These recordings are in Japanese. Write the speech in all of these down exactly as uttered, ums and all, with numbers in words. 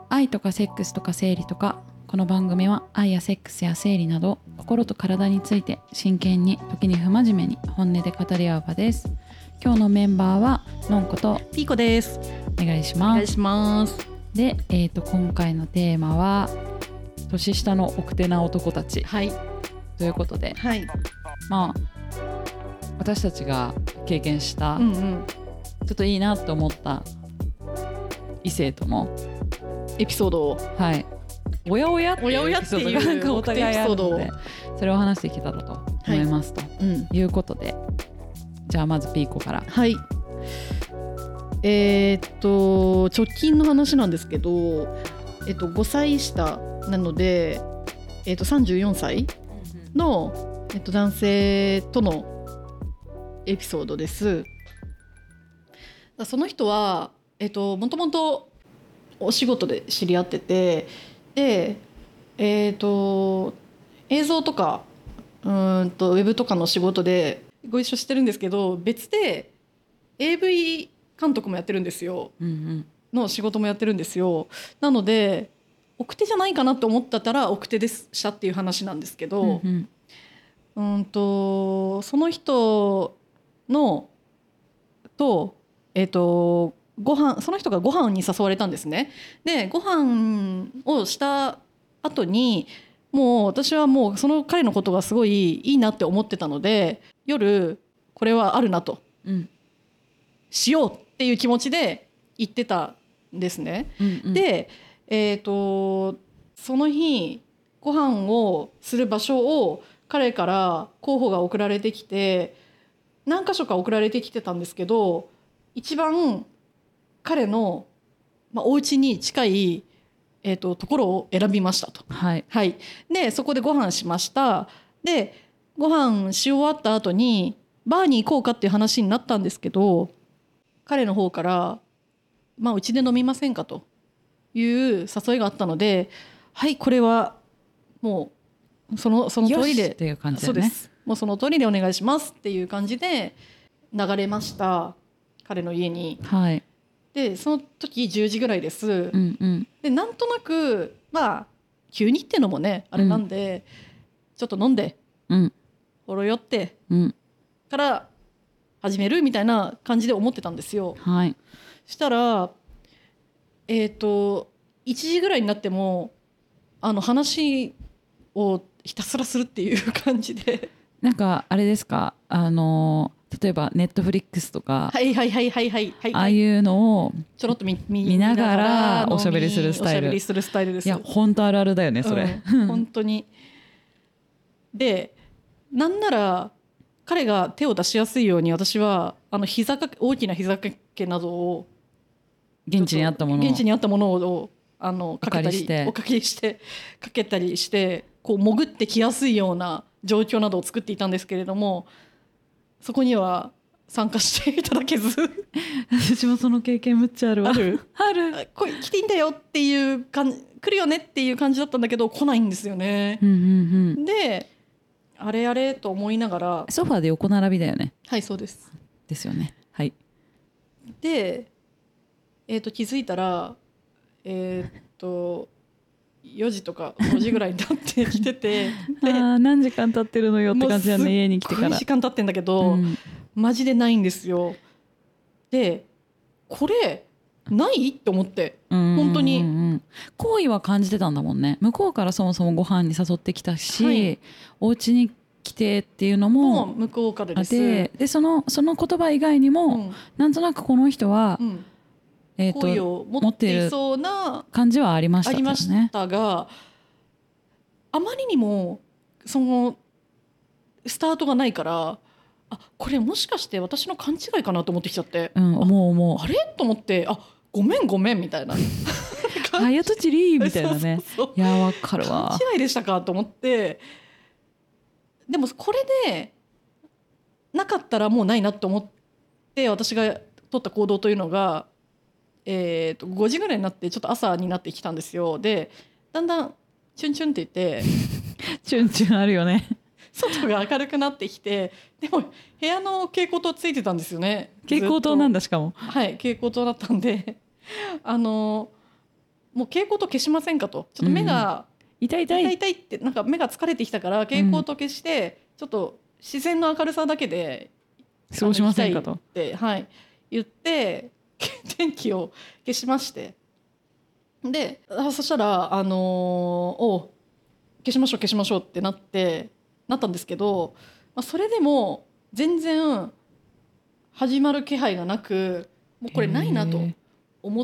愛とかセックスとか生理とか。この番組は愛やセックスや生理など心と体について真剣に時に不真面目に本音で語り合う場です。今日のメンバーはのんことピーコです。 お願いします。 お願いします。 で、えーと、今回のテーマは年下の奥手な男たち、 はい、 ということで、 はい、 まあ私たちが経験した、 うんうん、 ちょっといいなと思った異性とのエピソードを、 はい、おやおやっていうエピソードがなんかお互いあるので、それを話していけたらと思います、はい、ということで、じゃあまずピーコから。 はい、えー、っと直近の話なんですけど、えっと、ごさい下なので、えっと、さんじゅうよんさいの、えっと、男性とのエピソードです。その人は、えっと、もともとお仕事で知り合ってて、で、えー、と映像とかうーんとウェブとかの仕事でご一緒してるんですけど、別で エーブイ 監督もやってるんですよ、 うんうん、 の仕事もやってるんですよ。なので奥手じゃないかなと思ったら奥手でしたっていう話なんですけど、うん、うん、うんとその人のとえっ、ー、とご飯その人がご飯に誘われたんですね。でご飯をした後にもう私はもうその彼のことがすごいいいなって思ってたので、夜これはあるなと、うん、しようっていう気持ちで行ってたんですね、うんうん、で、えーと、その日ご飯をする場所を彼から候補が送られてきて、何箇所か送られてきてたんですけど、一番彼の、まあ、お家に近い、えーと、ところを選びましたと、 はいはい、でそこでご飯しました。でご飯し終わった後にバーに行こうかっていう話になったんですけど、彼の方からまあうちで飲みませんかという誘いがあったので、はいこれはもうそのその通りでっていう感じだよね。 そうです、もうその通りでお願いしますっていう感じで流れました、彼の家に。 はい、 でその時じゅうじぐらいです、 うんうん、 でなんとなくまあ急にってのもねあれなんで、うん、ちょっと飲んで、うん、ほろ酔って、うん、から始めるみたいな感じで思ってたんですよ、 はい、 したらえーといちじぐらいになってもあの話をひたすらするっていう感じで、 なんかあれですか、あの例えばネットフリックスとか、 はいはいはいはいはいはい、 ああいうのをちょろっと 見, 見, 見ながらおしゃべりするスタイル。 おしゃべりするスタイルです。 いや本当あるあるだよねそれ、 うん、本当に。でなんなら彼が手を出しやすいように私はあの膝か大きな膝掛けなどを現地にあったものを現地にあったものをあのかけたりお借りしてかけたりしてこう潜ってきやすいような状況などを作っていたんですけれども、そこには参加していただけず私もその経験むっちゃあるわ。 あるあるこれ来ていいんだよっていう感じ、来るよねっていう感じだったんだけど来ないんですよね、 うんうんうん、 であれあれと思いながらソファーで横並びだよね。 はいそうですですよね。はい。 で、えー、と気づいたらえー、っとよじとかごじぐらいに経ってきててであ何時間経ってるのよって感じだね。家に来てからすっごい時間経ってんだけど、うん、マジでないんですよ。でこれないって思って本当に、うんうんうん、 好意は感じてたんだもんね。向こうからそもそもご飯に誘ってきたし、はい、お家に来てっていうのも向こうからです。 ででそのその言葉以外にも、うん、なんとなくこの人は、うんえー、と好意を持っていそうな感じはありましたね。 ありましたが、あまりにもそのスタートがないから、あこれもしかして私の勘違いかなと思ってきちゃって、 うん、思う思うあ, あれと思って、あごめんごめんみたいなはやとちりーみたいなね。そうそうそう、いやわかるわ、 勘違いでしたかと思って、でもこれでなかったらもうないなと思って私が取った行動というのが、えー、とごじぐらいになってちょっと朝になってきたんですよ。でだんだんチュンチュンって言ってチュンチュンあるよね。 外が明るくなってきて、でも部屋の蛍光灯ついてたんですよね。 蛍光灯なんだしかも。 はい蛍光灯だったんであのもう蛍光灯消しませんかと、ちょっと目が、 うん、痛い痛い痛い痛いってなんか目が疲れてきたから蛍光灯消して、うん、ちょっと自然の明るさだけで過ごしませんかとって、はい、言って電気を消しまして、であそしたら、あのー、お消しましょう消しましょうってなってなったんですけど、まあ、それでも全然始まる気配がなく、もうこれないなと思って、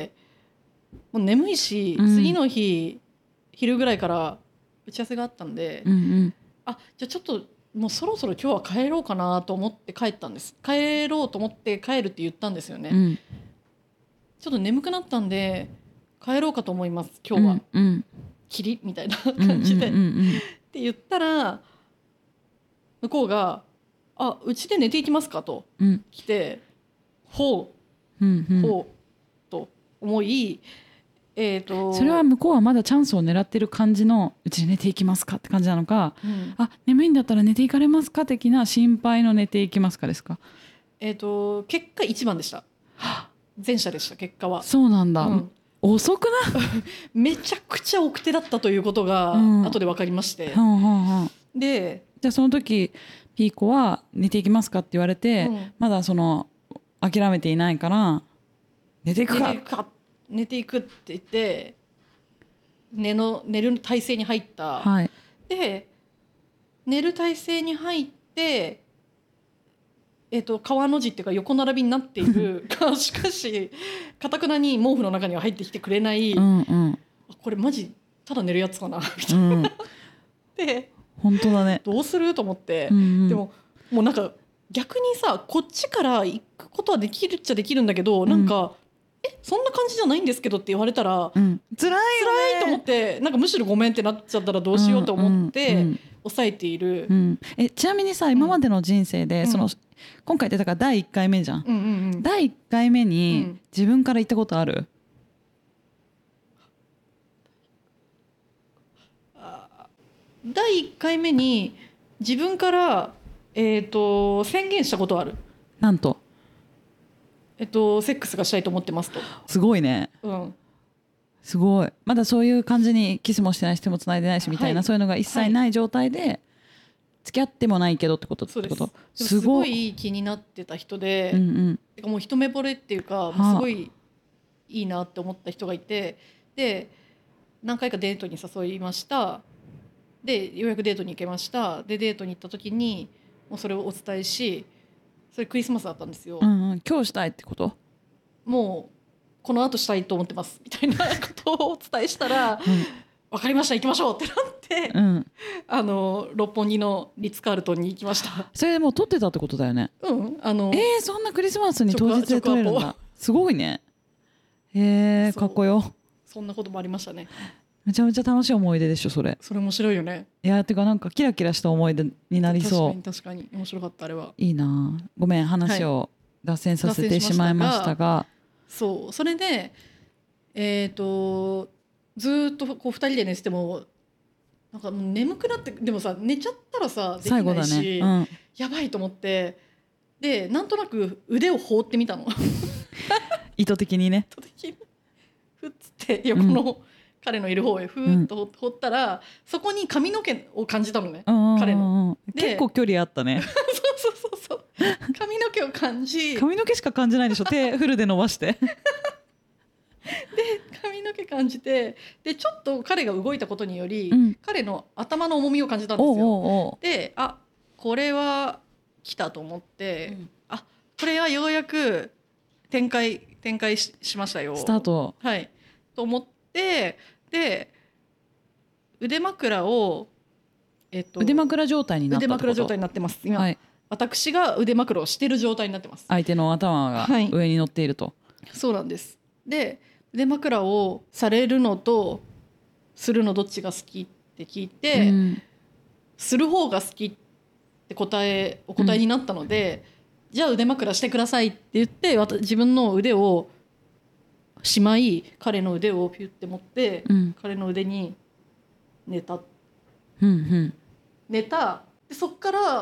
もう眠いし、うん、次の日昼ぐらいから打ち合わせがあったんで、 うんうん、 あじゃあちょっともうそろそろ今日は帰ろうかなと思って帰ったんです。帰ろうと思って帰るって言ったんですよね、うん、ちょっと眠くなったんで帰ろうかと思います今日は、うんうん、霧みたいな感じで、うんうんうんうん、って言ったら向こうがあうちで寝ていきますかと来て、うん、ほう、うんうん、ほうと思い、えー、とそれは向こうはまだチャンスを狙ってる感じのうちで寝ていきますかって感じなのか、うん、あ眠いんだったら寝ていかれますか的な心配の寝ていきますかですか？ えー、と結果いちばんでした。前者でした。結果はそうなんだ、うん、遅くなめちゃくちゃ奥手だったということが後で分かりまして、うんうんうん、でじゃあその時ピーコは寝ていきますかって言われて、うん、まだその諦めていないから寝ていくか、寝ていくか寝ていくって言って寝の寝る体勢に入った、 はい、 で寝る体勢に入ってえー、と川の字っていうか横並びになっているしかしかたくなに毛布の中には入ってきてくれない、うんうん、これマジただ寝るやつかなみたいな、うん、で本当だねどうすると思って、うんうん、でももうなんか逆にさこっちから行くことはできるっちゃできるんだけど、うん、なんかえそんな感じじゃないんですけどって言われたら、うん、辛いよね辛いと思って、なんかむしろごめんってなっちゃったらどうしようと思って、うんうん、抑えている、 うん、えちなみにさ今までの人生で、うん、その今回ってだからだいいっかいめじゃん、うんうんうん、だいいっかいめに自分から言ったことある？ うん、だいいっかいめに自分から、えーと、宣言したことある。 なんとえっと、セックスがしたいと思ってますと。 すごいね、うん、すごい。まだそういう感じにキスもしてないし手もつないでないしみたいな、はい、そういうのが一切ない状態で、はい、付き合ってもないけどってことってこと。 すごい気になってた人で、うんうん、てかもう一目惚れっていうか、もうすごいいいなって思った人がいて、で何回かデートに誘いました。でようやくデートに行けました。でデートに行った時にもうそれをお伝えし、それクリスマスだったんですよ、 うんうん、今日したいってこと？ もうこの後したいと思ってますみたいなことをお伝えしたら、うん、分かりました行きましょうってなって、うん、あの六本木のリッツカールトンに行きました。 それでもう撮ってたってことだよね。 うんあのえー、そんなクリスマスに当日で撮れるんだ。すごいね。えー、かっこよ。 そんなこともありましたね。 めちゃめちゃ楽しい思い出でしょそれ。 それ面白いよね。 いやてかなんかキラキラした思い出になりそう。 確かに確かに面白かったあれは。 いいな。ごめん話を脱線させてしまいましたが、はい、 そうそれでえっとずっとこうふたりで寝ててもなんかもう眠くなって、でもさ寝ちゃったらさできないし、ねうん、やばいと思って、でなんとなく腕を放ってみたの意図的にね。 意図的にふっつって横の、うん彼のいる方へふーっと掘ったら、うん、そこに髪の毛を感じたのね、うんうん、彼の結構距離あったねそうそうそうそう髪の毛を感じ髪の毛しか感じないでしょ手フルで伸ばしてで髪の毛感じて、でちょっと彼が動いたことにより、うん、彼の頭の重みを感じたんですよ。おうおうおうであこれは来たと思って、うん、あこれはようやく展開展開 し, しましたよスタートはいと思って、で腕枕を、 えっと、腕枕状態になったってこと？ 腕枕状態になってます今、はい、私が腕枕をしてる状態になってます。 相手の頭が上に乗っていると、はい、 そうなんです。で腕枕をされるのとするのどっちが好きって聞いて、うん、する方が好きって答えお答えになったので、うん、じゃあ腕枕してくださいって言って自分の腕をしまい彼の腕をピュッて持って、うん、彼の腕に寝た、うんうん、寝たでそっから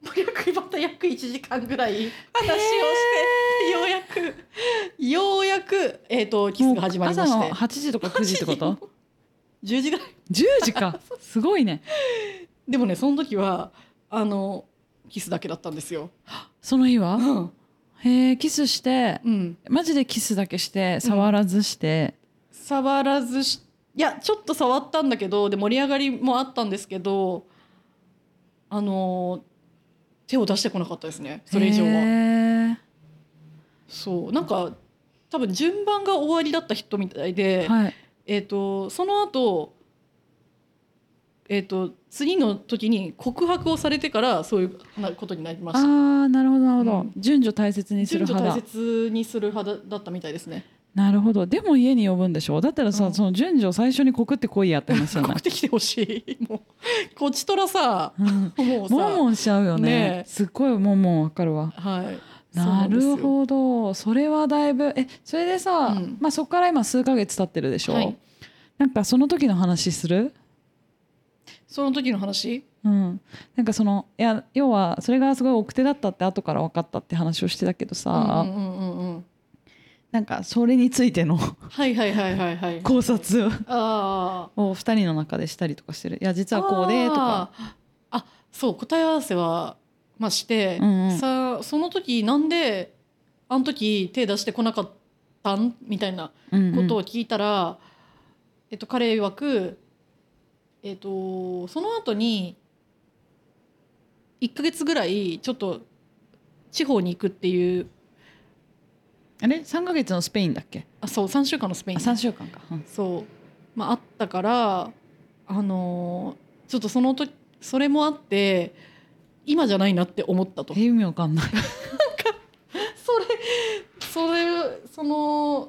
約また約いちじかんぐらい話をしてようやくようやく、えー、とキスが始まりまして、 朝のはちじとかくじってことじゅうじぐらいじゅうじかすごいね。 でもねその時はあのキスだけだったんですよ。 その日は、 うん、 へえキスして、 うん、 マジでキスだけして触らずして、 うん、触らずしいやちょっと触ったんだけどで盛り上がりもあったんですけどあの手を出してこなかったですねそれ以上は。そうなんか多分順番が終わりだった人みたいで、 はい、えー、とその後、えー、と次の時に告白をされてからそういうことになりました。 あーなるほどなるほど、 うん、 順序大切にする派だ。 順序大切にする派だ、だったみたいですね。 なるほど。でも家に呼ぶんでしょ。だったらさ、うん、その順序最初に告ってこいやって話じゃない。 告ってきてほしい。もうこっちとらさ、うん、もうさもんもんしちゃうよ ね, ねすっごいもんもんわかるわ。 はいなるほど。それはだいぶえそれでさ、うんまあ、そこから今数ヶ月経ってるでしょ、はい、なんかその時の話する？ その時の話？ うん、なんかそのいや要はそれがすごい奥手だったって後から分かったって話をしてたけどさ、うんうんうんうん、なんかそれについてのはいはいはいはいはい考察をふたりの中でしたりとかしてる。いや実はこうでとか。 あそう答え合わせは、まあ、して、うんうん、さその時なんであの時手出してこなかったんみたいなことを聞いたら、うんうんえっと、彼曰く、えっと、その後にいっかげつぐらいちょっと地方に行くっていうあれさんかげつのスペインだっけ？ あそうさんしゅうかんのスペイン、 あさんしゅうかんか、うん、 そう、まあ、あったからあのー、ちょっとその時それもあって今じゃないなって思ったと。 意味わかんないなんかそれそれその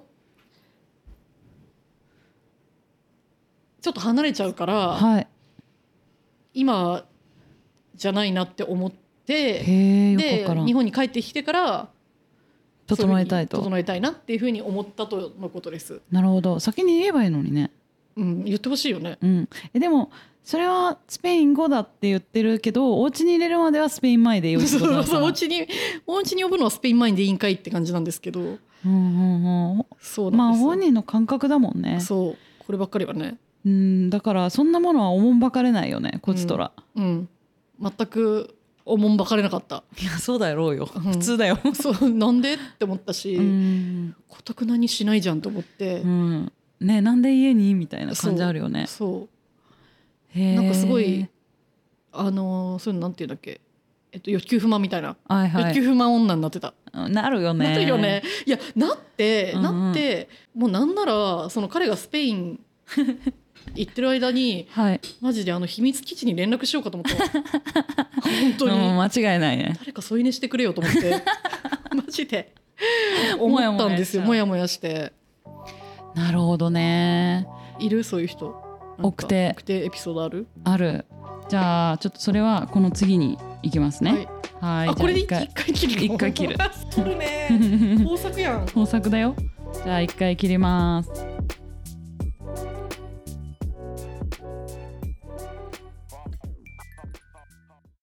ちょっと離れちゃうから、はい、今じゃないなって思ってで日本に帰ってきてから整えたいと整えたいなっていうふうに思ったとのことです。 なるほど。先に言えばいいのにね。 うん、言ってほしいよね、 うん、えでもそれはスペイン語だって言ってるけどお家に入れるまではスペイン前で用意することだからそうそうお家にお家に呼ぶのはスペイン前でいいんかいって感じなんですけど、うんうんうん、そうなんですよ。まあ本人の感覚だもんね。 そうこればっかりはね。 うんだからそんなものはおもんばかれないよねこちとら、 うんうん、全くおもんばかれなかった。 いやそうだろうよ、うん、普通だよそうなんでって思ったしかたくなにしないじゃんと思って、 うんね、なんで家にみたいな感じあるよね。 そうへなんかすごいあのそういうのなんていうんだっけ、えっと、欲求不満みたいな、はいはい、欲求不満女になってた。 なるよね。 なるよね。いやなって、うんうん、なってもうなんならその彼がスペイン行ってる間に、はい、マジであの秘密基地に連絡しようかと思った本当に、うん、 間違いないね。 誰か添い寝してくれよと思ってマジで思ったんですよ。もやもやして。 なるほどね。 いるそういう人。 奥手奥手エピソードある？ ある。じゃあちょっとそれはこの次に行きますね。 はい。はい、あこれで一回切る。 一回切る。 取るね。豊作やん。 豊作だよ。じゃあ一回切ります。